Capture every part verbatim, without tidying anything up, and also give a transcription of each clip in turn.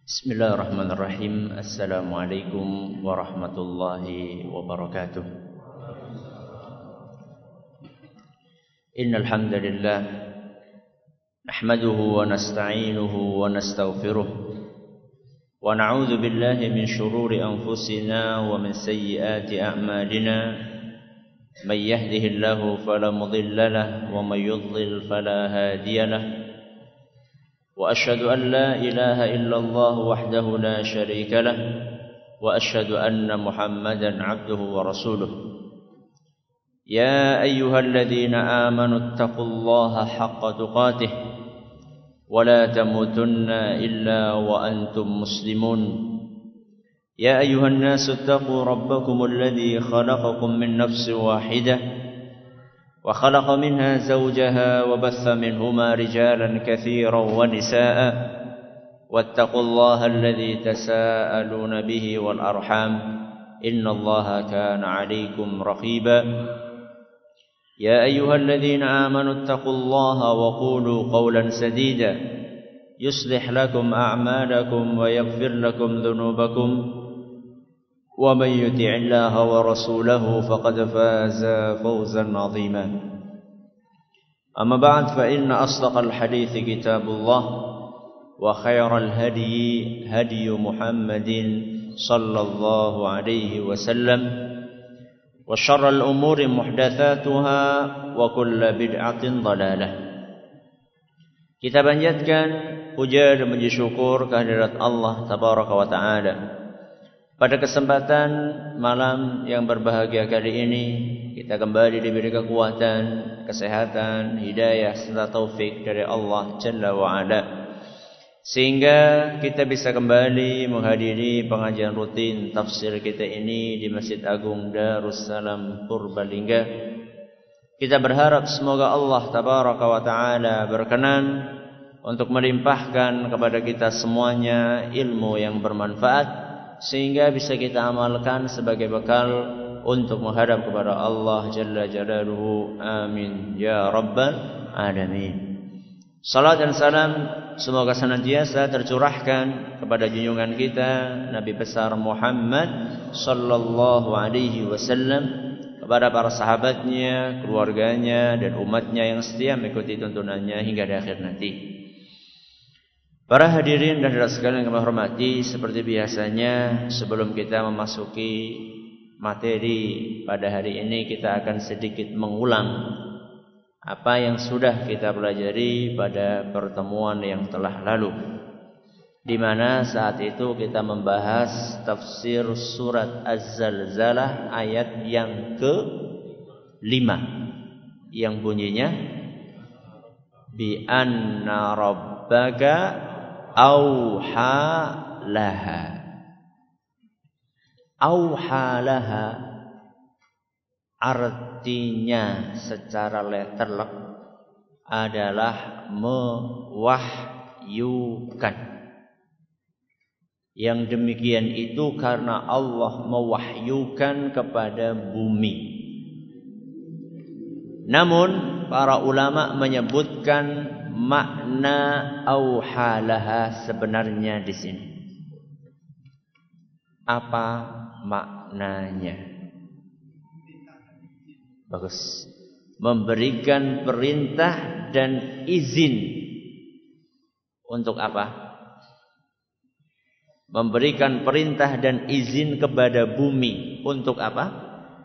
Bismillahirrahmanirrahim. Assalamualaikum warahmatullahi wabarakatuh. Innal hamdalillah nahmaduhu wa nasta'inuhu wa nastaghfiruh wa na'udzu billahi min shururi anfusina wa min sayyiati a'malina. May yahdihillahu fala mudilla lahu wa may yudlil fala hadiya lahu. وأشهد أن لا إله إلا الله وحده لا شريك له وأشهد أن محمدا عبده ورسوله. يا أيها الذين آمنوا اتقوا الله حق تقاته ولا تموتن إلا وأنتم مسلمون. يا أيها الناس اتقوا ربكم الذي خلقكم من نفس واحدة وخلق منها زوجها وبث منهما رجالا كثيرا ونساء واتقوا الله الذي تساءلون به والأرحام إن الله كان عليكم رقيبا. يا أيها الذين آمنوا اتقوا الله وقولوا قولا سديدا يصلح لكم أعمالكم ويغفر لكم ذنوبكم ومن يطع الله ورسوله فقد فاز فوزا عظيما. أما بعد فإن أصدق الحديث كتاب الله وخير الهدي هدي محمد صلى الله عليه وسلم وشر الأمور محدثاتها وكل بدعة ضلالة. Kita panjatkan puja dan puji syukur kehadirat Allah tabaraka wa taala. Pada kesempatan malam yang berbahagia kali ini, kita kembali diberi kekuatan, kesehatan, hidayah serta taufik dari Allah Jalla wa Ala, sehingga kita bisa kembali menghadiri pengajian rutin tafsir kita ini di Masjid Agung Darussalam Purbalingga. Kita berharap semoga Allah tabaraka wa taala berkenan untuk melimpahkan kepada kita semuanya ilmu yang bermanfaat, sehingga bisa kita amalkan sebagai bekal untuk menghadap kepada Allah Jalla Jalaluhu. Amin ya rabbal alamin. Salat dan salam semoga senantiasa tercurahkan kepada junjungan kita Nabi besar Muhammad sallallahu alaihi wasallam, kepada para sahabatnya, keluarganya dan umatnya yang setia mengikuti tuntunannya hingga di akhir nanti. Para hadirin dan hadirat sekalian yang kami hormati, seperti biasanya sebelum kita memasuki materi pada hari ini, kita akan sedikit mengulang apa yang sudah kita pelajari pada pertemuan yang telah lalu, di mana saat itu kita membahas tafsir surat Az-Zalzalah ayat yang ke lima, yang bunyinya bi anna rabbaka auha laha. Auha laha artinya secara letterlek adalah mewahyukan. Yang demikian itu karena Allah mewahyukan kepada bumi. Namun para ulama menyebutkan makna auhalaha sebenarnya di sini. Apa maknanya? Bagus. Memberikan perintah dan izin. Untuk apa? Memberikan perintah dan izin kepada bumi. Untuk apa?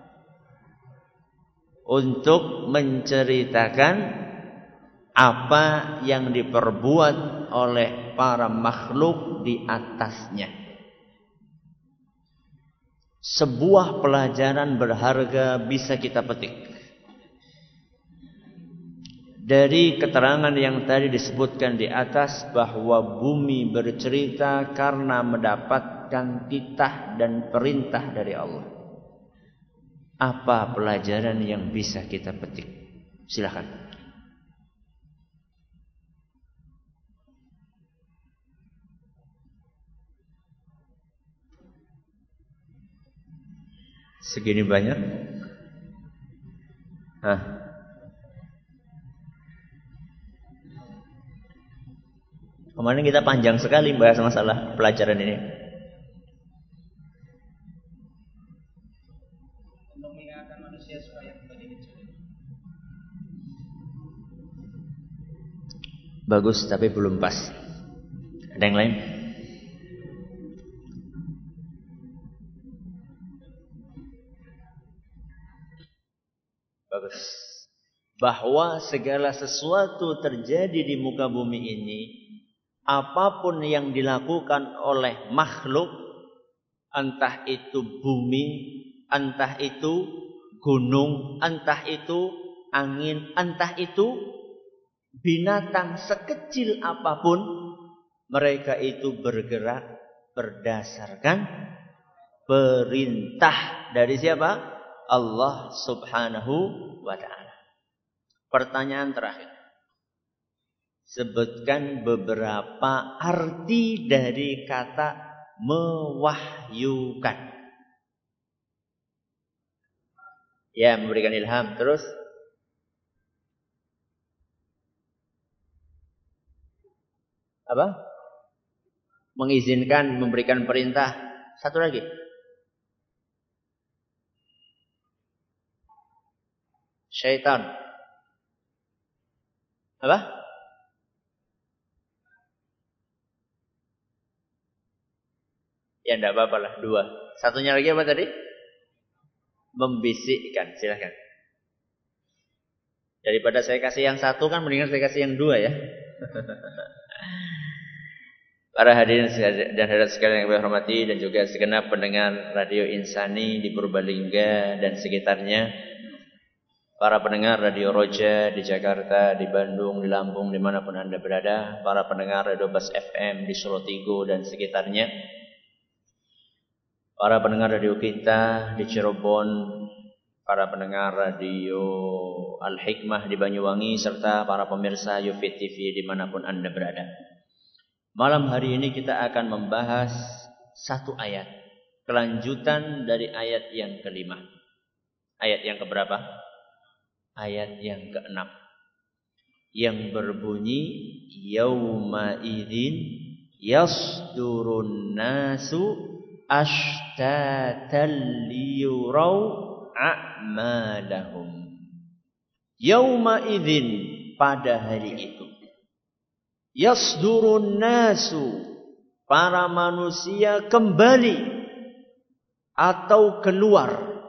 Untuk menceritakan apa yang diperbuat oleh para makhluk di atasnya. Sebuah pelajaran berharga bisa kita petik dari keterangan yang tadi disebutkan di atas, bahwa bumi bercerita karena mendapatkan titah dan perintah dari Allah. Apa pelajaran yang bisa kita petik? Silakan. Segini banyak? Hah? Kemarin kita panjang sekali bahas masalah pelajaran ini. Untuk mengingatkan manusia supaya kembali ke jalan. Bagus, tapi belum pas. Ada yang lain? Bagus. Bahwa segala sesuatu terjadi di muka bumi ini, apapun yang dilakukan oleh makhluk, entah itu bumi, entah itu gunung, entah itu angin, entah itu binatang sekecil apapun, mereka itu bergerak berdasarkan perintah dari siapa? Allah Subhanahu wa ta'ala. Pertanyaan terakhir. Sebutkan beberapa arti dari kata mewahyukan. Ya, memberikan ilham. Terus? Apa? Mengizinkan, memberikan perintah. Satu lagi. Syaitan. Apa? Ya enggak apa-apa lah, dua. Satunya lagi apa tadi? Membisikkan, silakan. Daripada saya kasih yang satu kan mendingan saya kasih yang dua ya. Para hadirin dan hadirat sekalian yang kami hormati dan juga segenap pendengar Radio Insani di Purbalingga dan sekitarnya. Para pendengar Radio Roja di Jakarta, di Bandung, di Lampung, dimanapun Anda berada. Para pendengar Radio Bas F M di Solotigo dan sekitarnya. Para pendengar radio kita di Cirebon. Para pendengar Radio Al-Hikmah di Banyuwangi. Serta para pemirsa Yufit T V dimanapun Anda berada. Malam hari ini kita akan membahas satu ayat. Kelanjutan dari ayat yang kelima. Ayat yang keberapa? Ayat yang keenam yang berbunyi yauma idzin yasdurun nasu ashtatan liyurau a'malahum. Yauma idzin, pada hari itu, yasdurun nasu, para manusia kembali atau keluar,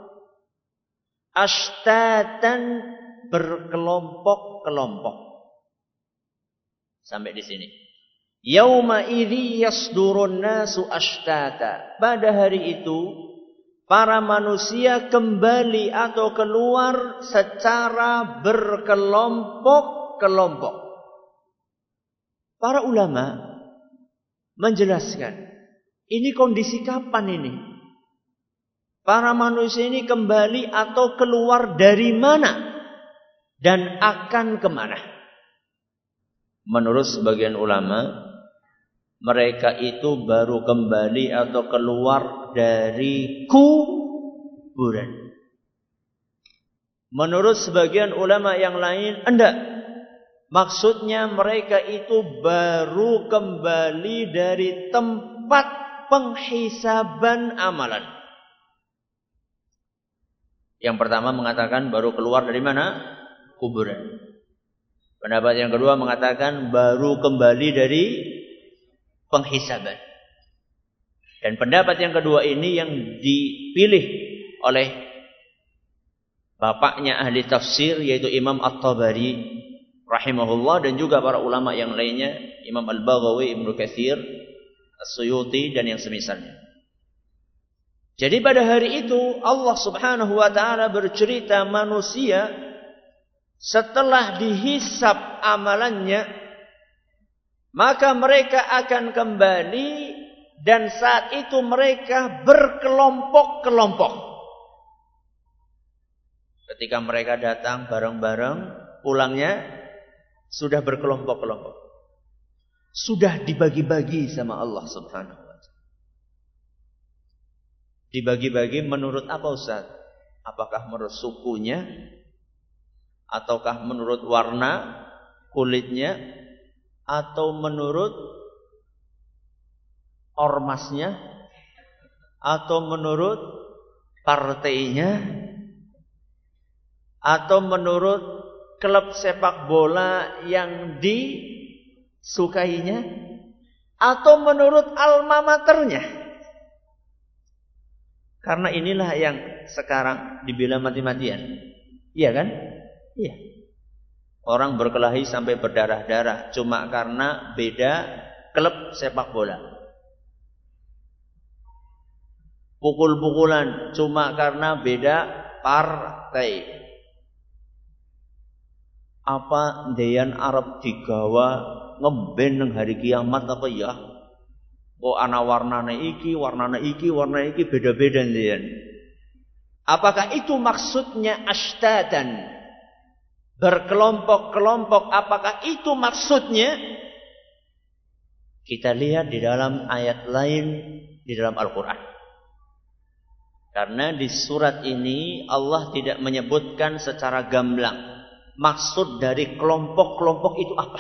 ashtatan, berkelompok-kelompok. Sampai di sini. Yauma idzi yasdurun nasu ashtata. Pada hari itu para manusia kembali atau keluar secara berkelompok-kelompok. Para ulama menjelaskan, ini kondisi kapan ini? Para manusia ini kembali atau keluar dari mana? Dan akan kemana? Menurut sebagian ulama, mereka itu baru kembali atau keluar dari kuburan. Menurut sebagian ulama yang lain, enggak. Maksudnya mereka itu baru kembali dari tempat penghisaban amalan. Yang pertama mengatakan baru keluar dari mana? Kuburan. Pendapat yang kedua mengatakan baru kembali dari penghisaban. Dan pendapat yang kedua ini yang dipilih oleh bapaknya ahli tafsir, yaitu Imam At-Tabari rahimahullah, dan juga para ulama yang lainnya, Imam Al-Baghawi, Ibnu Katsir, As-Suyuti, dan yang semisalnya. Jadi pada hari itu Allah Subhanahu wa ta'ala bercerita manusia setelah dihisab amalannya, maka mereka akan kembali, dan saat itu mereka berkelompok-kelompok. Ketika mereka datang bareng-bareng, pulangnya sudah berkelompok-kelompok. Sudah dibagi-bagi sama Allah Subhanahu wa ta'ala. Dibagi-bagi menurut apa Ustaz? Apakah menurut sukunya? Ataukah menurut warna kulitnya? Atau menurut ormasnya atau menurut partainya atau menurut klub sepak bola yang disukainya atau menurut alma maternya. Karena inilah yang sekarang dibela mati-matian. Iya kan? Iya. Orang berkelahi sampai berdarah-darah cuma karena beda klub sepak bola. Pukul-pukulan cuma karena beda partai. Apa ndeyan Arab digawa ngemben nang hari kiamat apa ya? Oh ana warnane iki, warnane iki, warna iki beda-beda ndeyan. Apakah itu maksudnya ashtatan? Berkelompok-kelompok, apakah itu maksudnya? Kita lihat di dalam ayat lain di dalam Al-Quran. Karena di surat ini Allah tidak menyebutkan secara gamblang maksud dari kelompok-kelompok itu apa.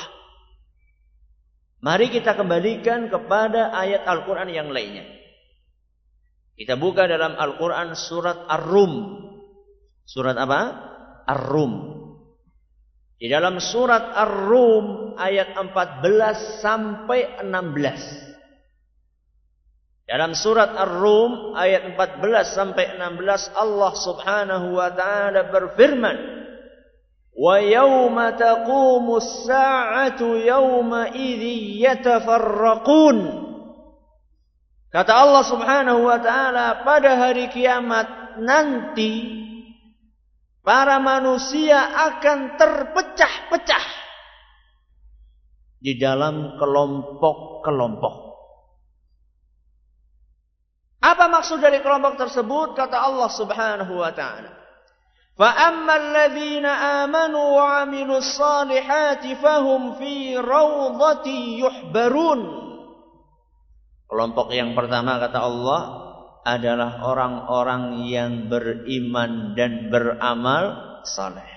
Mari kita kembalikan kepada ayat Al-Quran yang lainnya. Kita buka dalam Al-Quran surat Ar-Rum. Surat apa? Ar-Rum. Di dalam surat Ar-Rum ayat empat belas sampai enam belas. Dalam surat Ar-Rum ayat empat belas sampai enam belas Allah Subhanahu wa taala berfirman, "Wa yauma taqumu as-sa'atu yauma idzi yatafarraqun." Kata Allah Subhanahu wa taala, pada hari kiamat nanti para manusia akan terpecah-pecah di dalam kelompok-kelompok. Apa maksud dari kelompok tersebut? Kata Allah Subhanahu wa taala, "Fa ammal ladzina amanu wa 'amilus shalihati fahum fi rawdati yuhbarun." Kelompok yang pertama kata Allah adalah orang-orang yang beriman dan beramal saleh.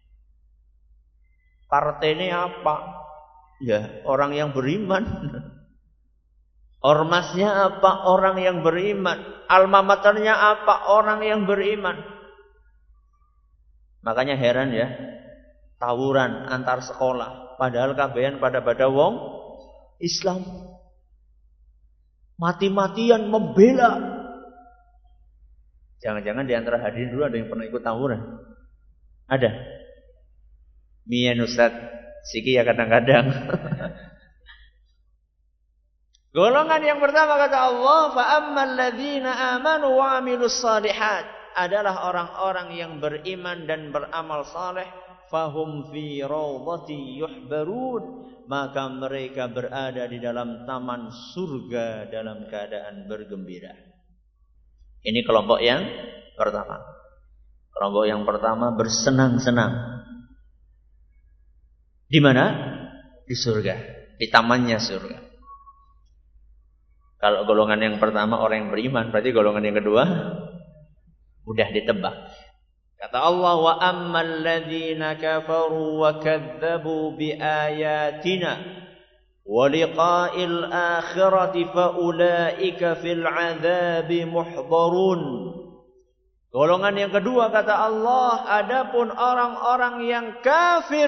Partainya apa? Ya, orang yang beriman. Ormasnya apa? Orang yang beriman. Alma maternya apa? Orang yang beriman. Makanya heran ya, tawuran antar sekolah. Padahal kabehan pada pada wong Islam. Mati-matian membela. Jangan-jangan di antara hadirin dulu ada yang pernah ikut tawuran? Ada? Mian Ustaz, siki ya kadang-kadang. Golongan yang pertama kata Allah, fa ammal ladzina amanu wa 'amilus shalihat, adalah orang-orang yang beriman dan beramal saleh, fahum fi rawdati yuhbarun, maka mereka berada di dalam taman surga dalam keadaan bergembira. Ini kelompok yang pertama. Kelompok yang pertama bersenang-senang. Di mana? Di surga, di tamannya surga. Kalau golongan yang pertama orang yang beriman, berarti golongan yang kedua mudah ditebak. Kata Allah, "Wa ammal ladzina kafaru wa kadzdzabu bi ayatina wa liqa'il akhirati fa ulaika fil 'adzabi muhdharun." Golongan yang kedua kata Allah, adapun orang-orang yang kafir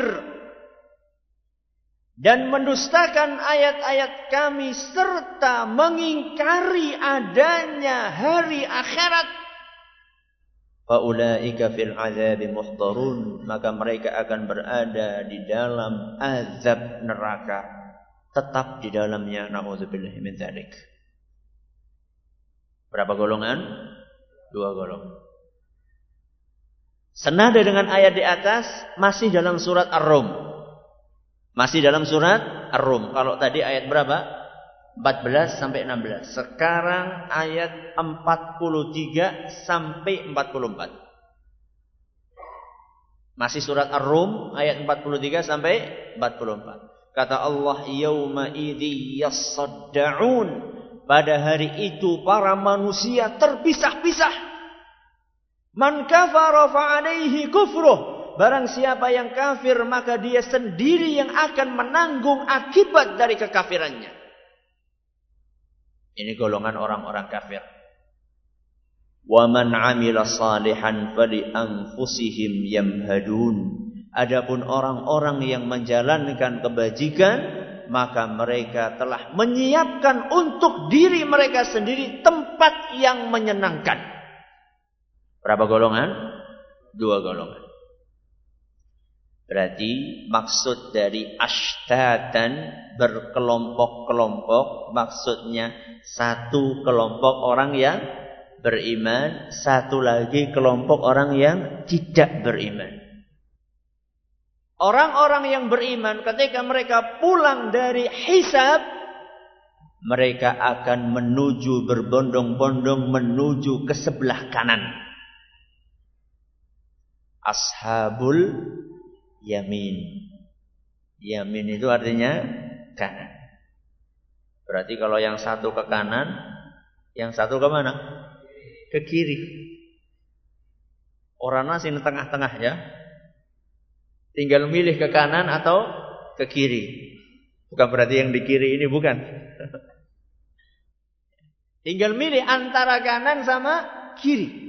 dan mendustakan ayat-ayat kami serta mengingkari adanya hari akhirat, fa ulaika fil 'adzabi muhdharun, maka mereka akan berada di dalam azab neraka, tetap di dalamnya. Na'udzubillahi min dzalik. Berapa golongan? Dua golongan. Senada dengan ayat di atas, masih dalam surat Ar-Rum. Masih dalam surat Ar-Rum. Kalau tadi ayat berapa? empat belas sampai enam belas. Sekarang ayat empat puluh tiga sampai empat puluh empat. Masih surat Ar-Rum ayat empat puluh tiga sampai empat puluh empat. Kata Allah, yauma idzi yasadda'un, pada hari itu para manusia terpisah-pisah. Man kafara fa alaihi kufruh, barang siapa yang kafir maka dia sendiri yang akan menanggung akibat dari kekafirannya. Ini golongan orang-orang kafir. Wa man 'amila shalihan fali anfusihim yamhadun. Adapun orang-orang yang menjalankan kebajikan, maka mereka telah menyiapkan untuk diri mereka sendiri tempat yang menyenangkan. Berapa golongan? Dua golongan. Berarti maksud dari ashtatan, berkelompok-kelompok, maksudnya satu kelompok orang yang beriman, satu lagi kelompok orang yang tidak beriman. Orang-orang yang beriman ketika mereka pulang dari hisab, mereka akan menuju berbondong-bondong menuju ke sebelah kanan. Ashabul yamin. Yamin itu artinya kanan. Berarti kalau yang satu ke kanan, yang satu ke mana? Ke kiri. Orangnya sini tengah-tengah ya. Tinggal milih ke kanan atau ke kiri. Bukan berarti yang di kiri ini bukan. Tinggal milih antara kanan sama kiri.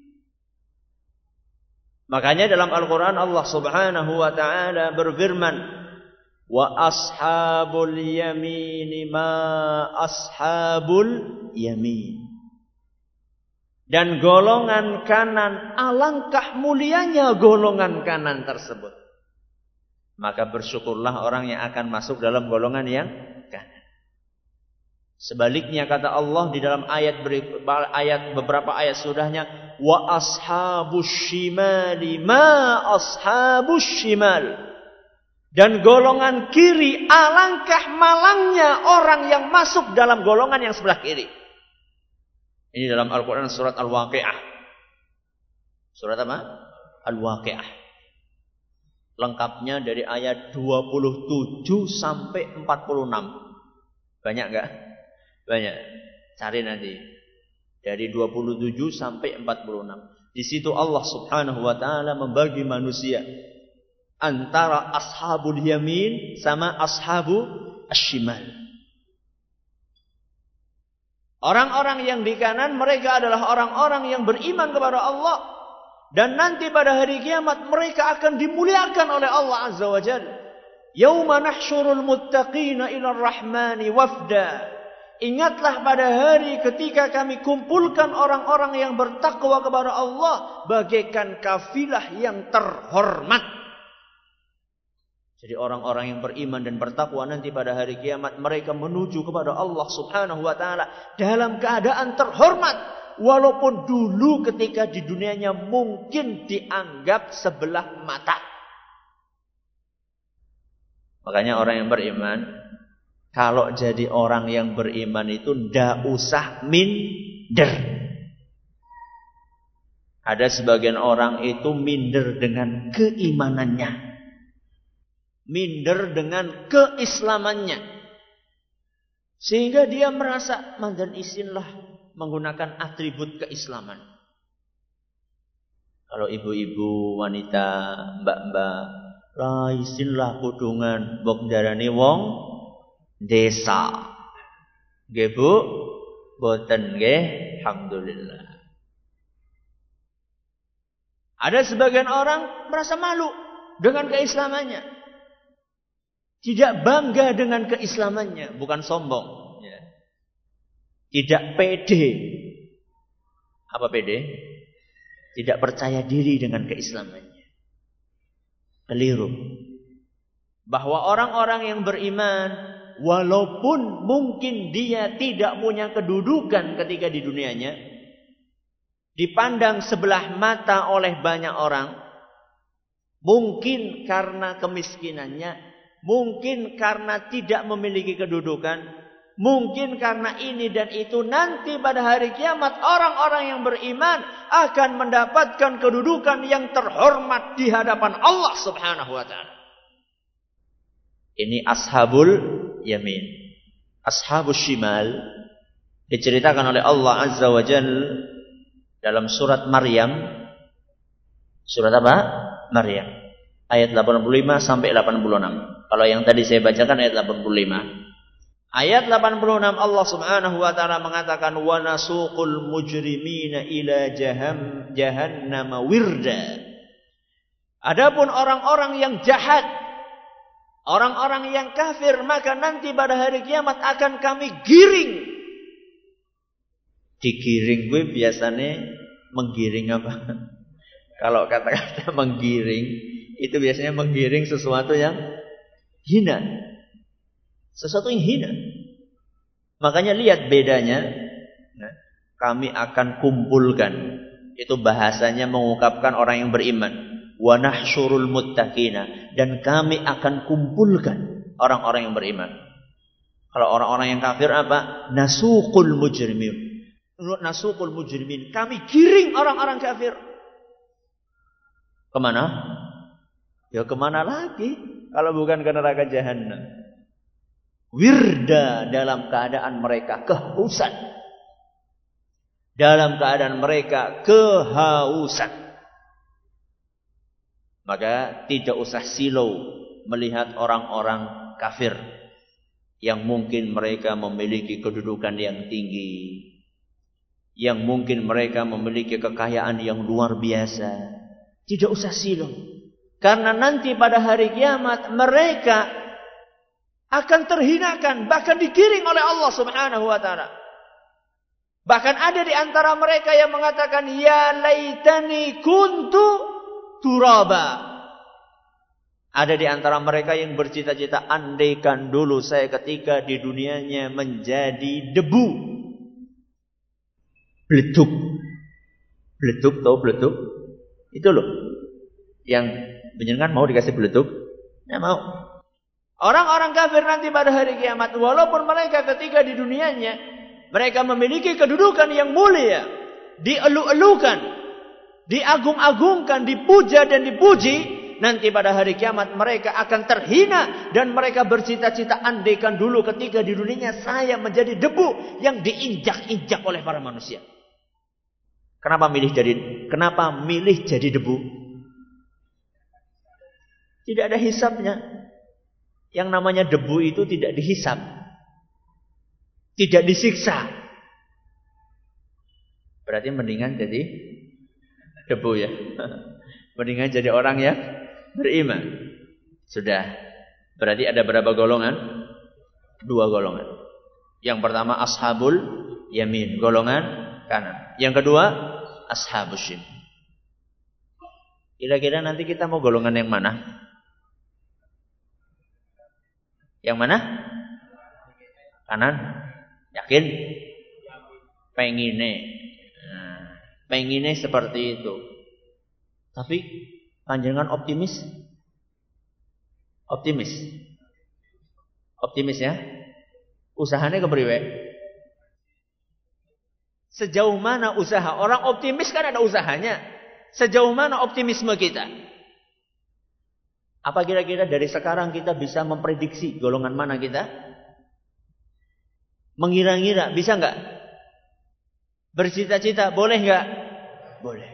Makanya dalam Al-Quran Allah subhanahu wa ta'ala berfirman, wa ashabul yamini ma ashabul yamin. Dan golongan kanan, alangkah mulianya golongan kanan tersebut. Maka bersyukurlah orang yang akan masuk dalam golongan yang kanan. Sebaliknya kata Allah di dalam ayat ayat beberapa ayat sudahnya, wa ashabus shimali ma ashabus shimal. Dan golongan kiri, alangkah malangnya orang yang masuk dalam golongan yang sebelah kiri. Ini dalam Al-Quran surat Al-Waqi'ah. Surat apa? Al-Waqi'ah. Lengkapnya dari ayat dua puluh tujuh sampai empat puluh enam. Banyak enggak? Banyak. Cari nanti. Dari dua puluh tujuh sampai empat puluh enam. Di situ Allah Subhanahu wa taala membagi manusia antara ashabul yamin sama ashabu ashimal. Orang-orang yang di kanan mereka adalah orang-orang yang beriman kepada Allah. Dan nanti pada hari kiamat mereka akan dimuliakan oleh Allah Azza wa Jalla. Yauma nahsyurul muttaqina ila rahmani wafda. Ingatlah pada hari ketika kami kumpulkan orang-orang yang bertakwa kepada Allah bagaikan kafilah yang terhormat. Jadi orang-orang yang beriman dan bertakwa nanti pada hari kiamat mereka menuju kepada Allah Subhanahu wa taala dalam keadaan terhormat. Walaupun dulu ketika di dunianya mungkin dianggap sebelah mata. Makanya orang yang beriman, kalau jadi orang yang beriman itu ndak usah minder. Ada sebagian orang itu minder dengan keimanannya. Minder dengan keislamannya. Sehingga dia merasa mandan isinlah menggunakan atribut keislaman. Kalau ibu-ibu, wanita, mbak-mbak, lah isinlah kudungan bok darani wong desa. Nggih Bu? Boten nggih, alhamdulillah. Ada sebagian orang merasa malu dengan keislamannya. Tidak bangga dengan keislamannya, bukan sombong. Tidak pede. Apa pede? Tidak percaya diri dengan keislamannya. Keliru. Bahwa orang-orang yang beriman, walaupun mungkin dia tidak punya kedudukan ketika di dunianya, dipandang sebelah mata oleh banyak orang, mungkin karena kemiskinannya, mungkin karena tidak memiliki kedudukan, mungkin karena ini dan itu, nanti pada hari kiamat orang-orang yang beriman akan mendapatkan kedudukan yang terhormat di hadapan Allah Subhanahu wa taala. Ini ashabul yamin. Ashabus shimal diceritakan oleh Allah Azza wa Jalla dalam surat Maryam. Surat apa? Maryam. Ayat delapan puluh lima sampai delapan puluh enam. Kalau yang tadi saya bacakan ayat delapan puluh lima. Ayat delapan puluh enam Allah Subhanahu wa taala mengatakan wa nasuqul mujrimina ila jahannam jahannam wirda. Adapun orang-orang yang jahat, orang-orang yang kafir, maka nanti pada hari kiamat akan kami giring. Digiring gue biasanya menggiring apa? Kalau kata-kata menggiring itu biasanya menggiring sesuatu yang hina. Sesuatu yang hina. Makanya lihat bedanya. Nah, kami akan kumpulkan. Itu bahasanya mengungkapkan orang yang beriman. Wa nahsyurul muttaqina. Dan kami akan kumpulkan orang-orang yang beriman. Kalau orang-orang yang kafir apa? Nasuqul mujrimin. Nasuqul mujrimin. Kami giring orang-orang kafir. Kemana? Ya kemana lagi? Kalau bukan ke neraka jahannam. Wirda, dalam keadaan mereka kehausan. Dalam keadaan mereka kehausan. Maka tidak usah silau melihat orang-orang kafir yang mungkin mereka memiliki kedudukan yang tinggi, yang mungkin mereka memiliki kekayaan yang luar biasa. Tidak usah silau. Karena nanti pada hari kiamat mereka akan terhinakan, bahkan digiring oleh Allah Subhanahu wa taala. Bahkan ada di antara mereka yang mengatakan ya laitani kuntu turaba. Ada di antara mereka yang bercita-cita andaikan dulu saya ketika di dunianya menjadi debu. Bleduk. Bleduk tahu bleduk? Itu loh. Yang panjenengan mau dikasih bleduk? Enggak mau. Orang-orang kafir nanti pada hari kiamat, walaupun mereka ketika di dunianya mereka memiliki kedudukan yang mulia, dielu-elukan, diagung-agungkan, dipuja dan dipuji, nanti pada hari kiamat mereka akan terhina dan mereka bercita-cita andaikan dulu ketika di dunianya saya menjadi debu yang diinjak-injak oleh para manusia. Kenapa milih jadi kenapa milih jadi debu? Tidak ada hisabnya. Yang namanya debu itu tidak dihisab. Tidak disiksa. Berarti mendingan jadi debu ya. Mendingan jadi orang yang beriman. Sudah. Berarti ada berapa golongan? Dua golongan. Yang pertama ashabul yamin, golongan kanan. Yang kedua ashabus shim. Kira-kira nanti kita mau golongan yang mana? Yang mana? Kanan? Yakin? Pengine. Nah, pengine seperti itu. Tapi panjenengan optimis? Optimis. Optimis ya? Usahanya kepriwe? Sejauh mana usaha? Orang optimis kan ada usahanya. Sejauh mana optimisme kita? Apa kira-kira dari sekarang kita bisa memprediksi golongan mana kita? Mengira-ngira, bisa nggak? Bercita-cita, boleh nggak? Boleh.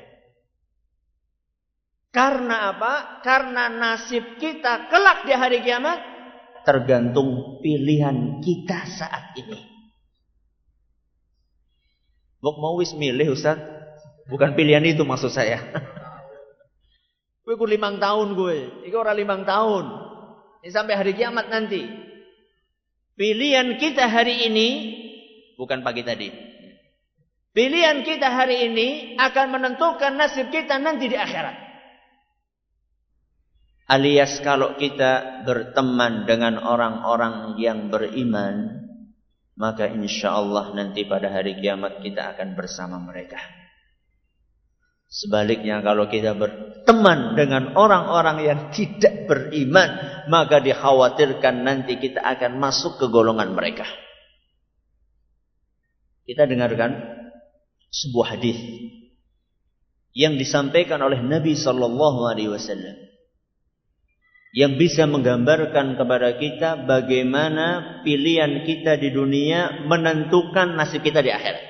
Karena apa? Karena nasib kita kelak di hari kiamat tergantung pilihan kita saat ini. Bok mau wis milih Ustaz? Bukan pilihan itu maksud saya. Gue ku limang tahun gue. Ini orang limang tahun. Ini sampai hari kiamat nanti. Pilihan kita hari ini. Bukan pagi tadi. Pilihan kita hari ini akan menentukan nasib kita nanti di akhirat. Alias kalau kita berteman dengan orang-orang yang beriman, maka insya Allah nanti pada hari kiamat kita akan bersama mereka. Sebaliknya kalau kita berteman dengan orang-orang yang tidak beriman, maka dikhawatirkan nanti kita akan masuk ke golongan mereka. Kita dengarkan sebuah hadis yang disampaikan oleh Nabi sallallahu alaihi wasallam yang bisa menggambarkan kepada kita bagaimana pilihan kita di dunia menentukan nasib kita di akhirat.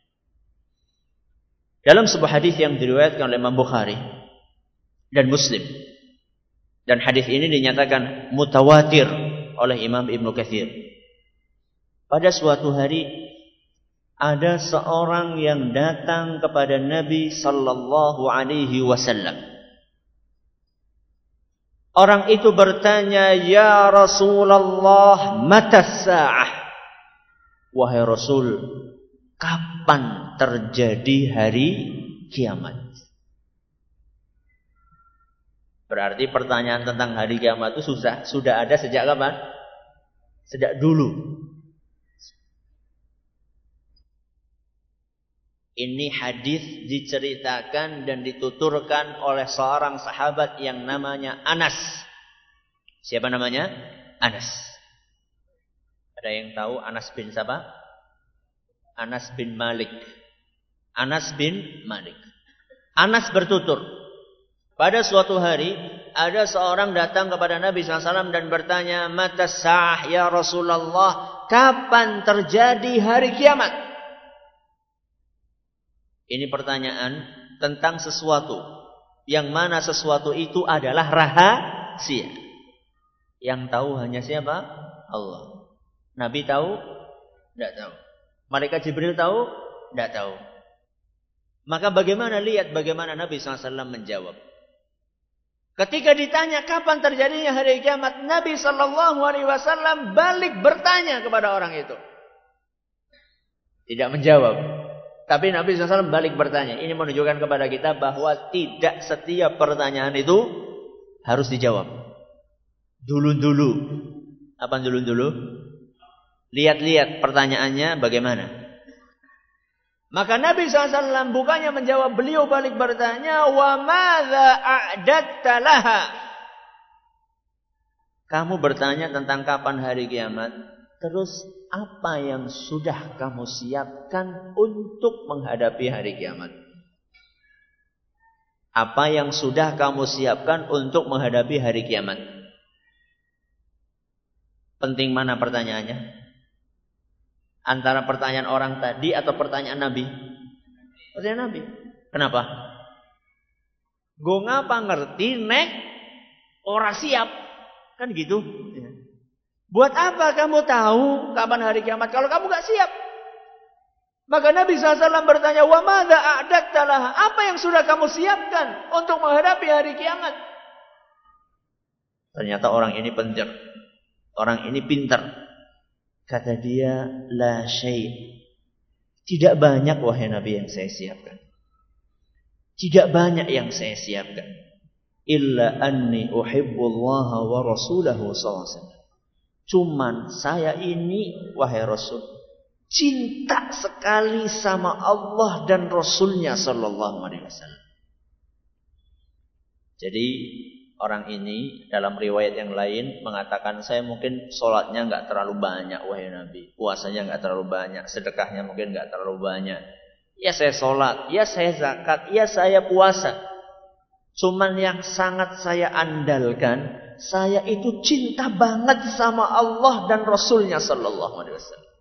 Dalam sebuah hadis yang diriwayatkan oleh Imam Bukhari dan Muslim, dan hadis ini dinyatakan mutawatir oleh Imam Ibnu Katsir. Pada suatu hari ada seorang yang datang kepada Nabi sallallahu alaihi wasallam. Orang itu bertanya, "Ya Rasulullah, mata sa'ah?" Wahai Rasul, kapan terjadi hari kiamat? Berarti pertanyaan tentang hari kiamat itu sudah sudah ada sejak kapan? Sejak dulu. Ini hadis diceritakan dan dituturkan oleh seorang sahabat yang namanya Anas. Siapa namanya? Anas. Ada yang tahu Anas bin siapa? Anas bin Malik. Anas bin Malik. Anas bertutur, pada suatu hari ada seorang datang kepada Nabi shallallahu alaihi wasallam dan bertanya, "Mata sa'ah ya Rasulullah, kapan terjadi hari kiamat?" Ini pertanyaan tentang sesuatu yang mana sesuatu itu adalah rahasia. Yang tahu hanya siapa? Allah. Nabi tahu? Tidak tahu. Malaikat Jibril tahu? Tidak tahu. Maka bagaimana, lihat bagaimana Nabi shallallahu alaihi wasallam menjawab. Ketika ditanya kapan terjadinya hari kiamat, Nabi shallallahu alaihi wasallam balik bertanya kepada orang itu. Tidak menjawab. Tapi Nabi shallallahu alaihi wasallam balik bertanya. Ini menunjukkan kepada kita bahwa tidak setiap pertanyaan itu harus dijawab. Dulu-dulu. Apa dulu-dulu? Lihat-lihat pertanyaannya bagaimana. Maka Nabi shallallahu alaihi wasallam bukannya menjawab, beliau balik bertanya, "Wa madza a'datta laha?" Kamu bertanya tentang kapan hari kiamat, terus apa yang sudah kamu siapkan untuk menghadapi hari kiamat? Apa yang sudah kamu siapkan untuk menghadapi hari kiamat? Penting mana pertanyaannya? Antara pertanyaan orang tadi atau pertanyaan Nabi? Pertanyaan Nabi. Kenapa? Gue ngapa ngerti nek ora siap. Kan gitu. Buat apa kamu tahu kapan hari kiamat kalau kamu gak siap? Maka Nabi shallallahu alaihi wasallam bertanya, "Wa madza a'datta laha?" Apa yang sudah kamu siapkan untuk menghadapi hari kiamat? Ternyata orang ini penjar. Orang ini pintar. Kata dia, "La syai'." Tidak banyak wahai Nabi yang saya siapkan. Tidak banyak yang saya siapkan. Illa anni uhibbullaha wa rasulahu sallallahu alaihi wasallam. Cuman saya ini, wahai Rasul, cinta sekali sama Allah dan Rasulnya sallallahu alaihi wasallam. Jadi orang ini dalam riwayat yang lain mengatakan, saya mungkin sholatnya nggak terlalu banyak wahai Nabi, puasanya nggak terlalu banyak, sedekahnya mungkin nggak terlalu banyak. Ya saya sholat, ya saya zakat, ya saya puasa. Cuman yang sangat saya andalkan, saya itu cinta banget sama Allah dan Rasulnya sallallahu alaihi wasallam.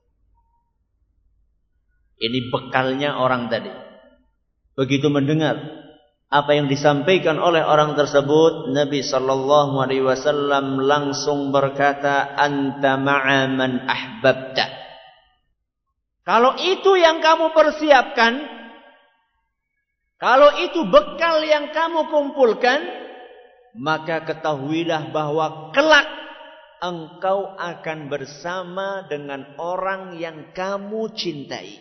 Ini bekalnya orang tadi. Begitu mendengar apa yang disampaikan oleh orang tersebut, Nabi sallallahu alaihi wasallam langsung berkata, "Anta ma'a man ahbabta." Kalau itu yang kamu persiapkan, kalau itu bekal yang kamu kumpulkan, maka ketahuilah bahwa kelak engkau akan bersama dengan orang yang kamu cintai.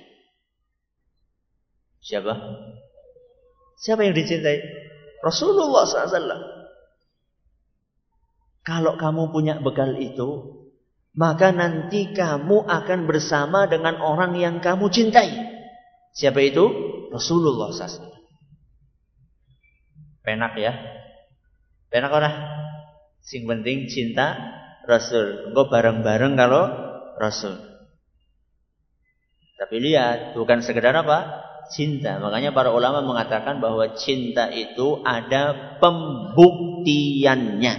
Siapa? Siapa yang dicintai? Rasulullah shallallahu alaihi wasallam. Kalau kamu punya bekal itu, maka nanti kamu akan bersama dengan orang yang kamu cintai. Siapa itu? Rasulullah shallallahu alaihi wasallam. Penak ya. Penak ora? Sing penting cinta Rasul. Engko bareng-bareng kalau Rasul. Tapi lihat, bukan sekedar apa? Cinta. Makanya para ulama mengatakan bahwa cinta itu ada pembuktiannya.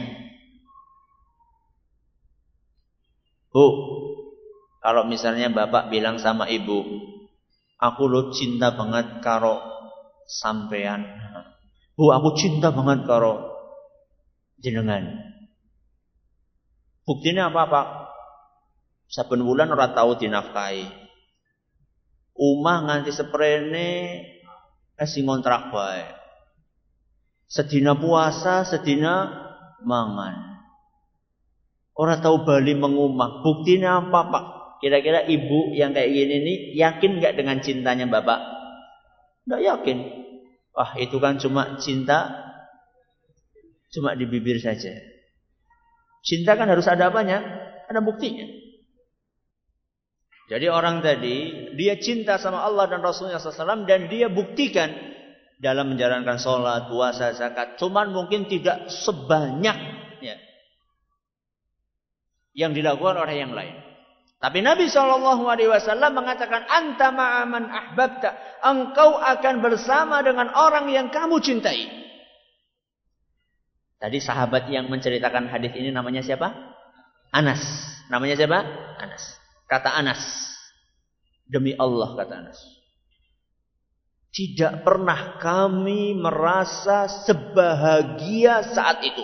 Bu, kalau misalnya bapak bilang sama ibu, "Aku lo cinta banget karo sampean." Bu, aku cinta banget karo jenengan. Buktinya apa, Pak? Saben wulan ora tau dinafkahi. Omah nganti seprene esi ngontrak bae. Sedina puasa, sedina mangan. Ora tahu bali mengumah. Buktinya apa, Pak? Kira-kira ibu yang kayak gini nih yakin nggak dengan cintanya bapak? Nggak yakin. Wah, itu kan cuma cinta, cuma di bibir saja. Cinta kan harus ada apanya? Ada buktinya. Jadi orang tadi dia cinta sama Allah dan Rasulnya shallallahu alaihi wasallam dan dia buktikan dalam menjalankan sholat, puasa, zakat. Cuman mungkin tidak sebanyak ya, yang dilakukan oleh yang lain. Tapi Nabi shallallahu alaihi wasallam mengatakan, anta ma'aman ahbabta, engkau akan bersama dengan orang yang kamu cintai. Tadi sahabat yang menceritakan hadis ini namanya siapa? Anas. Namanya siapa? Anas. Kata Anas, demi Allah kata Anas, tidak pernah kami merasa sebahagia saat itu.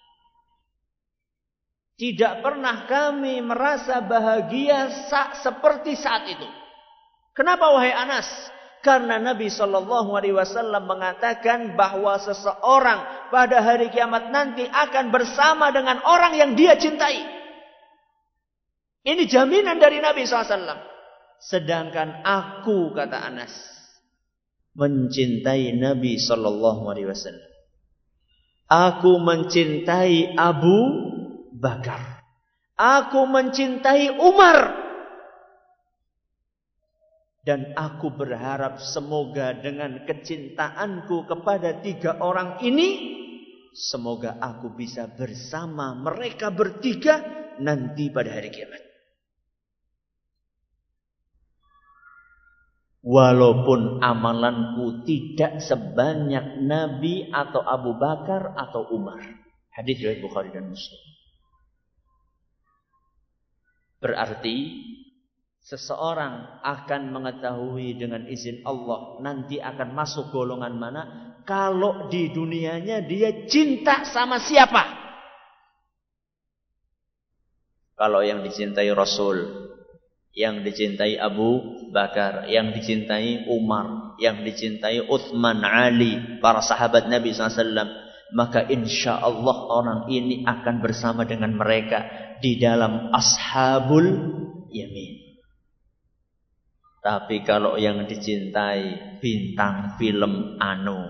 Tidak pernah kami merasa bahagia sa- seperti saat itu. Kenapa wahai Anas? Karena Nabi shallallahu alaihi wasallam mengatakan bahwa seseorang pada hari kiamat nanti akan bersama dengan orang yang dia cintai. Ini jaminan dari Nabi shallallahu alaihi wasallam. Sedangkan aku, kata Anas, mencintai Nabi shallallahu alaihi wasallam. Aku mencintai Abu Bakar. Aku mencintai Umar. Dan aku berharap semoga dengan kecintaanku kepada tiga orang ini, semoga aku bisa bersama mereka bertiga nanti pada hari kiamat. Walaupun amalanku tidak sebanyak Nabi atau Abu Bakar atau Umar. Hadis riwayat Bukhari dan Muslim. Berarti seseorang akan mengetahui dengan izin Allah nanti akan masuk golongan mana kalau di dunianya dia cinta sama siapa. Kalau yang dicintai Rasul, yang dicintai Abu Bakar, yang dicintai Umar, yang dicintai Utsman, Ali, para sahabat Nabi shallallahu alaihi wasallam, maka insya Allah orang ini akan bersama dengan mereka di dalam ashabul yamin. Tapi kalau yang dicintai bintang film anu,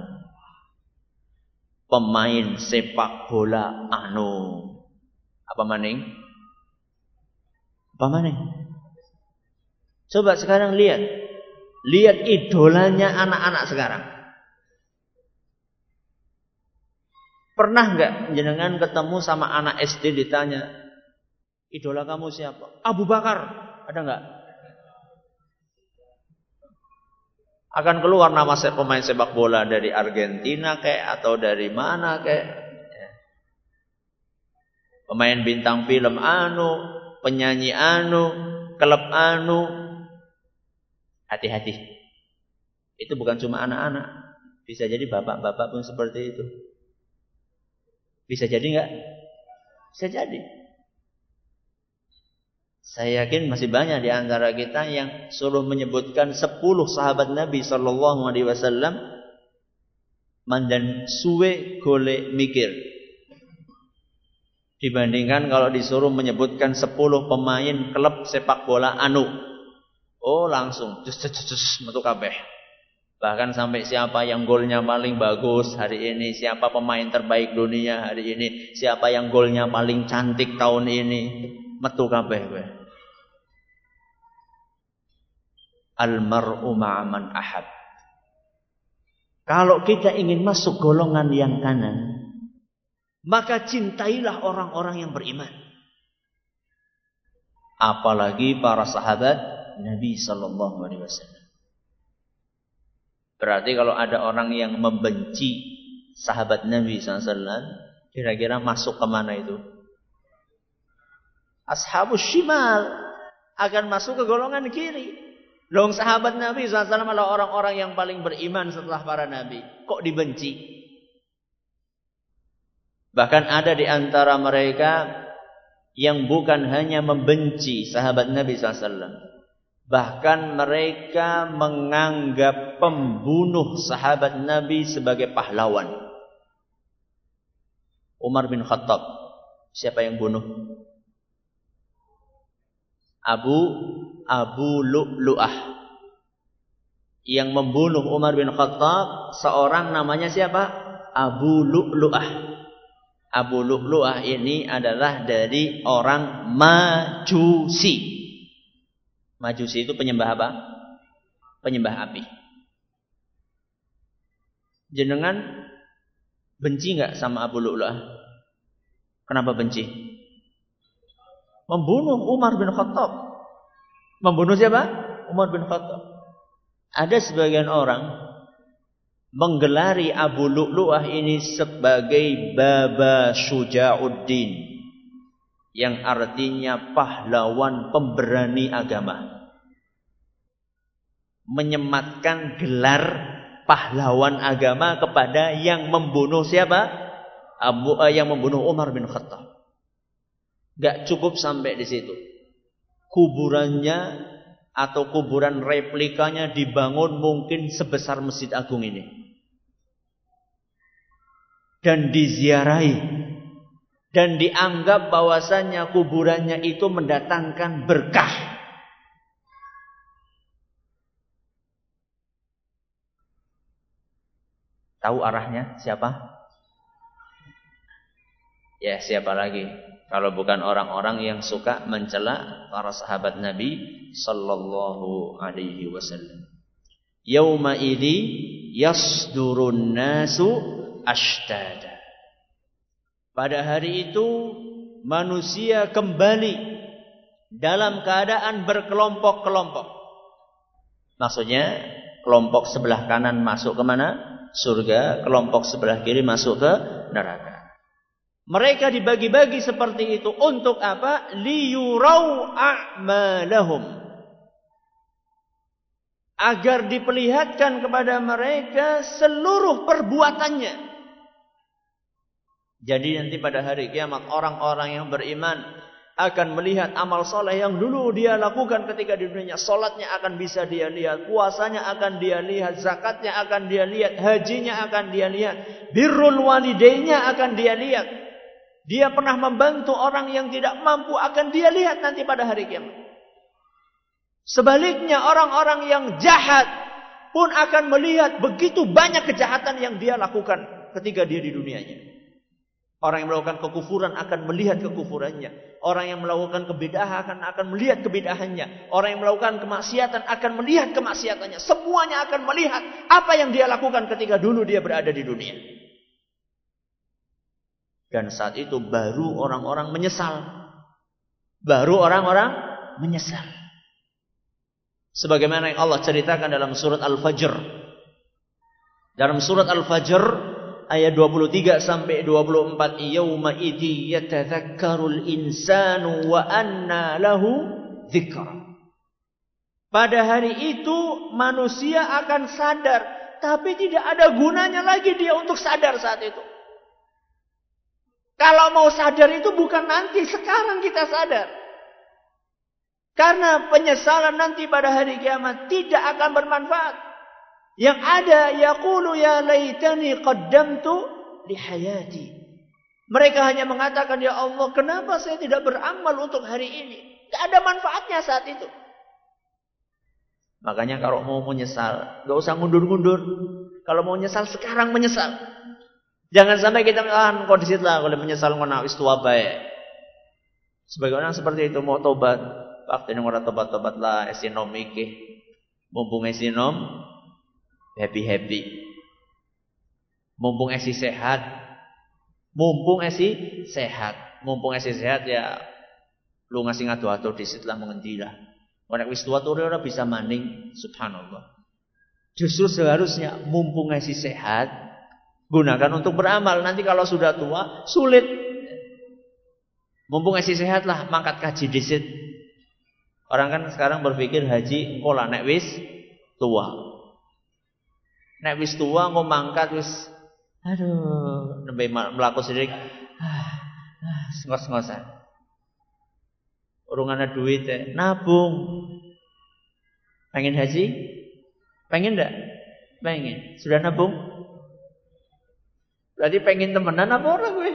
pemain sepak bola anu, apa maning? Apa maning? Coba sekarang lihat. Lihat idolanya anak-anak sekarang. Pernah enggak jenengan ketemu sama anak S D ditanya, idola kamu siapa? Abu Bakar. Ada enggak? Akan keluar nama pemain sepak bola dari Argentina kayak atau dari mana kayak. Pemain bintang film anu, penyanyi anu, klub anu. Hati-hati. Itu bukan cuma anak-anak. Bisa jadi bapak-bapak pun seperti itu. Bisa jadi enggak? Bisa jadi. Saya yakin masih banyak di antara kita yang suruh menyebutkan sepuluh sahabat Nabi sallallahu alaihi wasallam mandan suwe golek mikir. Dibandingkan kalau disuruh menyebutkan sepuluh pemain klub sepak bola anu. Oh langsung cus cus cus metu kabeh. Bahkan sampai siapa yang golnya paling bagus hari ini, siapa pemain terbaik dunia hari ini, siapa yang golnya paling cantik tahun ini, metu kabeh kowe. Al-mar'u ma'aman ahab. Kalau kita ingin masuk golongan yang kanan, maka cintailah orang-orang yang beriman. Apalagi para sahabat Nabi sallallahu alaihi wasallam. Berarti kalau ada orang yang membenci sahabat Nabi sallallahu alaihi wasallam, kira-kira masuk ke mana itu? Ashabus shimal, akan masuk ke golongan kiri. Long sahabat Nabi sallallahu alaihi wasallam adalah orang-orang yang paling beriman setelah para nabi. Kok dibenci? Bahkan ada di antara mereka yang bukan hanya membenci sahabat Nabi sallallahu alaihi wasallam, bahkan mereka menganggap pembunuh sahabat Nabi sebagai pahlawan. Umar bin Khattab, siapa yang bunuh? Abu Abu Lu'lu'ah. Yang membunuh Umar bin Khattab seorang namanya siapa? Abu Lu'lu'ah. Abu Lu'lu'ah ini adalah dari orang Majusi. Majusi itu penyembah apa? Penyembah api. Jenengan benci enggak sama Abu Lu'lu'ah? Kenapa benci? Membunuh Umar bin Khattab. Membunuh siapa? Umar bin Khattab. Ada sebagian orang menggelari Abu Lu'lu'ah ini sebagai Baba Syuja'uddin, yang artinya pahlawan pemberani agama. Menyematkan gelar pahlawan agama kepada yang membunuh siapa? Abu eh, yang membunuh Umar bin Khattab. Gak cukup sampai di situ. Kuburannya atau kuburan replikanya dibangun mungkin sebesar Masjid Agung ini. Dan diziarahi. Dan dianggap bahwasannya kuburannya itu mendatangkan berkah. Tahu arahnya siapa? Ya, siapa lagi? Kalau bukan orang-orang yang suka mencela para sahabat Nabi sallallahu alaihi wasallam. Yauma idzi yasdurun nasu ashtada. Pada hari itu manusia kembali dalam keadaan berkelompok-kelompok. Maksudnya kelompok sebelah kanan masuk ke mana? Surga, kelompok sebelah kiri masuk ke neraka. Mereka dibagi-bagi seperti itu untuk apa? Liyurau a'malahum. Agar diperlihatkan kepada mereka seluruh perbuatannya. Jadi nanti pada hari kiamat orang-orang yang beriman akan melihat amal soleh yang dulu dia lakukan ketika di dunia. Solatnya akan bisa dia lihat, puasanya akan dia lihat, zakatnya akan dia lihat, hajinya akan dia lihat, birrul walidaynya akan dia lihat. Dia pernah membantu orang yang tidak mampu akan dia lihat nanti pada hari kiamat. Sebaliknya orang-orang yang jahat pun akan melihat begitu banyak kejahatan yang dia lakukan ketika dia di dunianya. Orang yang melakukan kekufuran akan melihat kekufurannya. Orang yang melakukan kebidahan akan, akan melihat kebidahannya. Orang yang melakukan kemaksiatan akan melihat kemaksiatannya. Semuanya akan melihat apa yang dia lakukan ketika dulu dia berada di dunia. Dan saat itu baru orang-orang menyesal. Baru orang-orang menyesal. Sebagaimana yang Allah ceritakan dalam surat Al-Fajr. Dalam surat Al-Fajr ayat dua puluh tiga sampai dua puluh empat. Yauma idzi yatadzakkarul insanu wa anna lahu dzikra. Pada hari itu manusia akan sadar. Tapi tidak ada gunanya lagi dia untuk sadar saat itu. Kalau mau sadar itu bukan nanti, sekarang kita sadar. Karena penyesalan nanti pada hari kiamat tidak akan bermanfaat. Yang ada yaqulu ya laitani qaddamtu li hayati. Mereka hanya mengatakan, ya Allah, kenapa saya tidak beramal untuk hari ini? Tidak ada manfaatnya saat itu. Makanya kalau mau menyesal, gak usah ngundur-ngundur. Kalau mau menyesal sekarang menyesal. Jangan sampai kita mengatakan kondisi lah kalau menyesal ngono wis tua bae. Sebagai orang seperti itu mau tobat, waktu ini ora tobat-tobat lah esinom iki. Mumpung esinom happy-happy. Mumpung esi sehat. Mumpung esi sehat. Mumpung esi sehat ya lu ngasih ngadu-adu disit lah mengendilah. Ora wis tua turu ora bisa maning, subhanallah. Justru seharusnya mumpung esi sehat gunakan untuk beramal. Nanti kalau sudah tua sulit. Mumpung masih sehat lah mangkat kaji disit. Orang kan sekarang berpikir haji engko lah nek wis tua. Nek wis tua engko mangkat wis aduh nembe mlaku sithik. Ah, ah, ngos-ngosan. urung ana duit eh. Nabung. Pengen haji? Pengen enggak? Pengen. Sudah nabung? Berarti pengen temenan apa orang gue?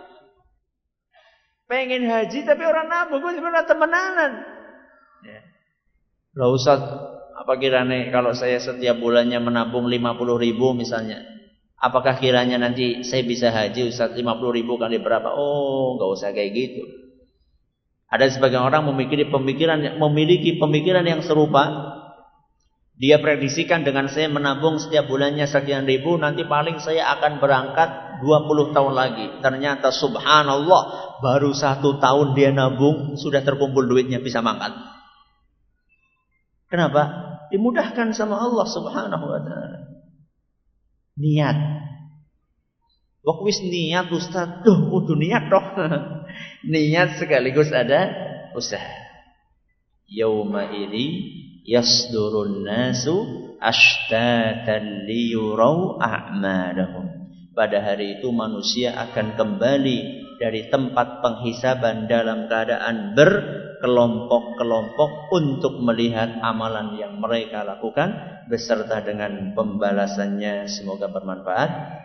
Pengen haji tapi orang nabung, gue sebenarnya temenanan. Ya. Lah Ustaz, apa kiranya kalau saya setiap bulannya menabung lima puluh ribu misalnya, apakah kiranya nanti saya bisa haji Ustaz lima puluh ribu kali berapa? Oh, enggak usah kayak gitu. Ada sebagian orang memiliki pemikiran memiliki pemikiran yang serupa. Dia prediksikan dengan saya menabung setiap bulannya sekian ribu, nanti paling saya akan berangkat dua puluh tahun lagi. Ternyata subhanallah, baru satu tahun dia nabung, sudah terkumpul duitnya bisa mangkat. Kenapa? Dimudahkan sama Allah subhanahu wa ta'ala. Niat. Wakwis niat Ustaz, tuh udah niat toh. Niat sekaligus ada usaha. Yauma idzi yasdurun nasu ashtatan liyurau a'malahum. Pada hari itu manusia akan kembali dari tempat penghisaban dalam keadaan berkelompok-kelompok untuk melihat amalan yang mereka lakukan beserta dengan pembalasannya. Semoga bermanfaat.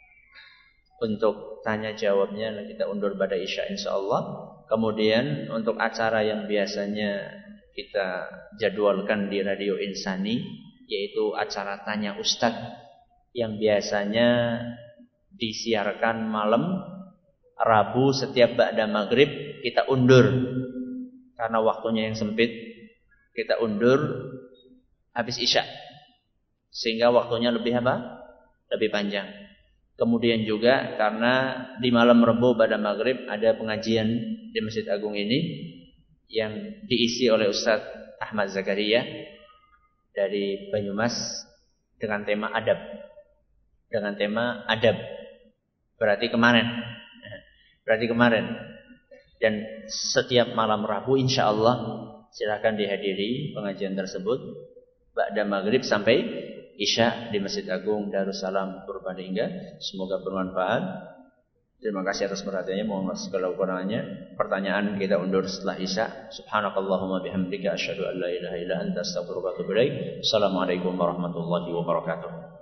Untuk tanya jawabnya kita undur pada Isya insyaallah. Kemudian untuk acara yang biasanya kita jadwalkan di Radio Insani, yaitu acara Tanya Ustadz yang biasanya disiarkan malam Rabu setiap ba'da maghrib, kita undur karena waktunya yang sempit. Kita undur habis Isya sehingga waktunya lebih apa? Lebih panjang. Kemudian juga karena di malam Rabu ba'da maghrib ada pengajian di Masjid Agung ini yang diisi oleh Ustadz Ahmad Zakaria dari Banyumas dengan tema adab. Dengan tema adab. Berarti kemarin. Berarti kemarin. Dan setiap malam Rabu insyaallah silakan dihadiri pengajian tersebut ba'da maghrib sampai Isya di Masjid Agung Darussalam Purbalingga. Semoga bermanfaat. Terima kasih atas perhatiannya. Mohon maaf segala kekurangannya. Pertanyaan kita undur setelah Isya. Subhanakallahumma bihamdika asyhadu an la ilaha illa anta astaghfiruka wa atubu ilaik. Assalamualaikum warahmatullahi wabarakatuh.